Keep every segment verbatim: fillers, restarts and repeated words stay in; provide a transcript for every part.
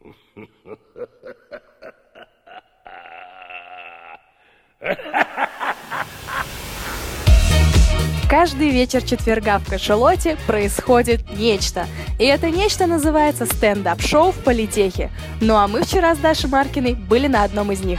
Каждый вечер четверга в Кашалоте происходит нечто. И это нечто называется стендап-шоу в Политехе. Ну а мы вчера с Дашей Маркиной были на одном из них.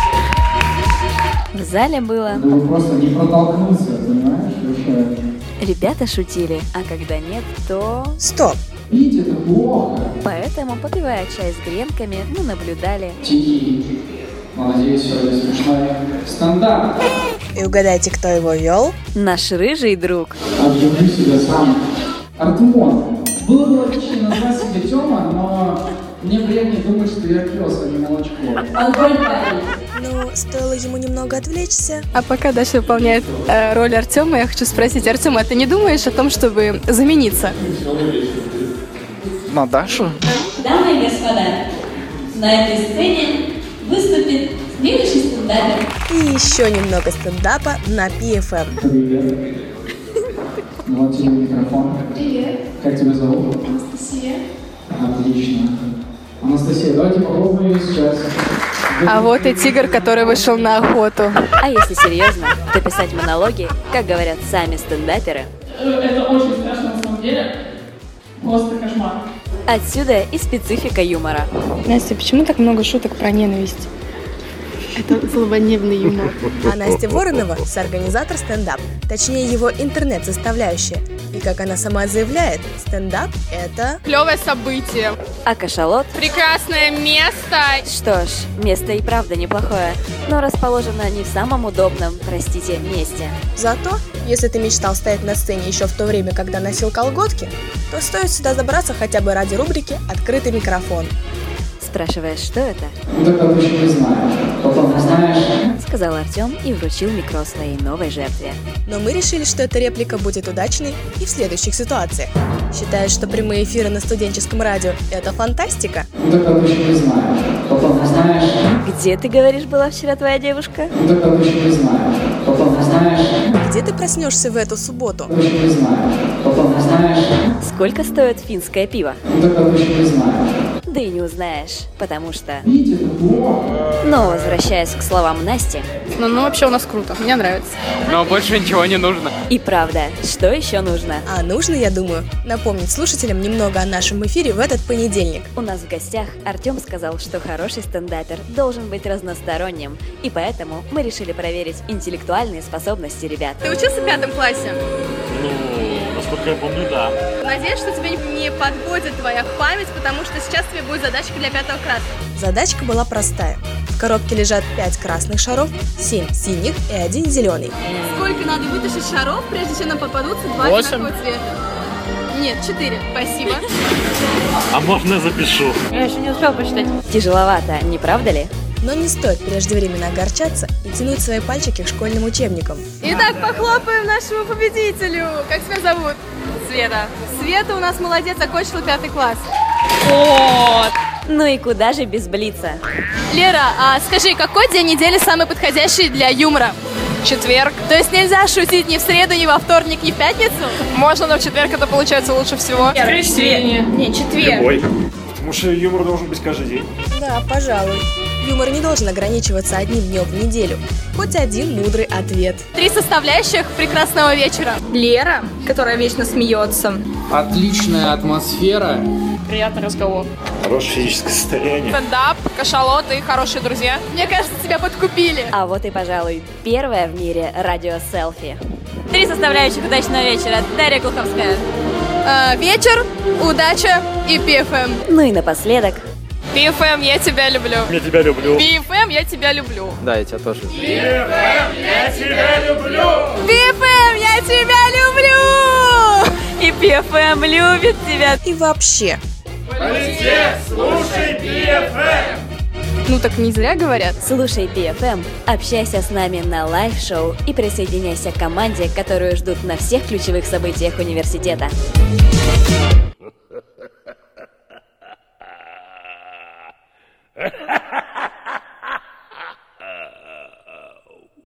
В зале было... Ну просто не протолкнулся, понимаешь? Вообще. Ребята шутили, а когда нет, то... Стоп! Видите, это плохо. Поэтому, попивая чай с гренками, мы наблюдали... Тихий. Молодец, все это смешной стендап. И угадайте, кто его вел? Наш рыжий друг. Объявлю себя сам. Артемон. Было бы логично назвать себя Тёма, но мне приятнее думать, что я пёс, а не молочко. Ну, стоило ему немного отвлечься. А пока Даша выполняет э, роль Артема, я хочу спросить, Артем, а ты не думаешь о том, чтобы замениться? На Дашу? Дамы и господа, на этой сцене выступит следующий стендапер. И еще немного стендапа на пи эф эм. Привет. Вот тебе микрофон. Привет, Как тебя зовут? Анастасия. Отлично. Анастасия, давайте попробуем сейчас. А вот и тигр, который вышел на охоту. А если серьезно, то писать монологи, как говорят сами стендаперы, Это очень страшно на самом деле. Просто кошмар. отсюда и специфика юмора. Настя, почему так много шуток про ненависть? Это злободневный юмор. А Настя Воронова – соорганизатор стендап, точнее его интернет-составляющая. И как она сама заявляет, стендап – это… Клевое событие. А Кашалот? Прекрасное место. Что ж, место и правда неплохое, но расположено не в самом удобном, простите, месте. Зато, если ты мечтал стоять на сцене еще в то время, когда носил колготки, то стоит сюда забраться хотя бы ради рубрики «Открытый микрофон». Спрашиваешь, что это? Ну тогда ты еще не знаешь. Потом узнаешь. Сказал Артем и вручил микро своей новой жертве. Но мы решили, что эта реплика будет удачной и в следующих ситуациях. Считаешь, что прямые эфиры на студенческом радио – это фантастика? Ну тогда ты еще не знаешь. Потом узнаешь. Где, ты говоришь, была вчера твоя девушка? Ну тогда ты еще не знаешь. Потом узнаешь. Где ты проснешься в эту субботу? Ты еще не знаешь. Потом узнаешь. Сколько стоит финское пиво? Ну тогда ты еще не знаешь. Да и не узнаешь, потому что... Видите, это плохо. Но, возвращаясь к словам Насти, Ну, ну, вообще у нас круто. Мне нравится. Но больше ничего не нужно. и правда, что еще нужно? А нужно, я думаю, напомнить слушателям немного о нашем эфире в этот понедельник. У нас в гостях Артем сказал, что хороший стендапер должен быть разносторонним, и поэтому мы решили проверить интеллектуальные способности ребят. Ты учился в пятом классе? Ну, насколько я помню, да. Надеюсь, что тебе не подводит твоя память, потому что сейчас тебе будет задачка для пятого класса. Задачка была простая. В коробке лежат пять красных шаров, семь синих и один зеленый. Сколько надо вытащить шаров, прежде чем нам попадутся два Восемь. одинаковых цвета? Нет, четыре. Спасибо. А можно я запишу? Я еще не успел посчитать. Тяжеловато, не правда ли? Но не стоит преждевременно огорчаться и тянуть свои пальчики к школьным учебникам. Итак, похлопаем нашему победителю. Как тебя зовут? Света. Света у нас молодец, окончила пятый класс. Вот. Ну и куда же без блица? Лера, а скажи, какой день недели самый подходящий для юмора? Четверг. То есть нельзя шутить ни в среду, ни во вторник, ни в пятницу? Можно, но в четверг это получается лучше всего. Воскресенье. Не, четверг. Ой. Потому что юмор должен быть каждый день. Да, пожалуй. Юмор не должен ограничиваться одним днем в неделю. Хоть один мудрый ответ. Три составляющих прекрасного вечера. Лера, которая вечно смеется. Отличная атмосфера. Приятный разговор. Хорошее физическое состояние. Стендап, кашалот и хорошие друзья. Мне кажется, тебя подкупили. А вот и, пожалуй, первое в мире радиоселфи. Три составляющих удачного вечера. Дарья Глуховская. А, вечер, удача и пи эф эм. Ну и напоследок. пи эф эм, я тебя люблю. Я тебя люблю. пи эф эм, я тебя люблю. Да, я тебя тоже. Я тебя люблю. пи эф эм, я тебя люблю. И пи эф эм любит тебя. И вообще. Политех, слушай пи эф эм. Ну так не зря говорят. Слушай пи эф эм, общайся с нами на лайв-шоу и присоединяйся к команде, которую ждут на всех ключевых событиях университета.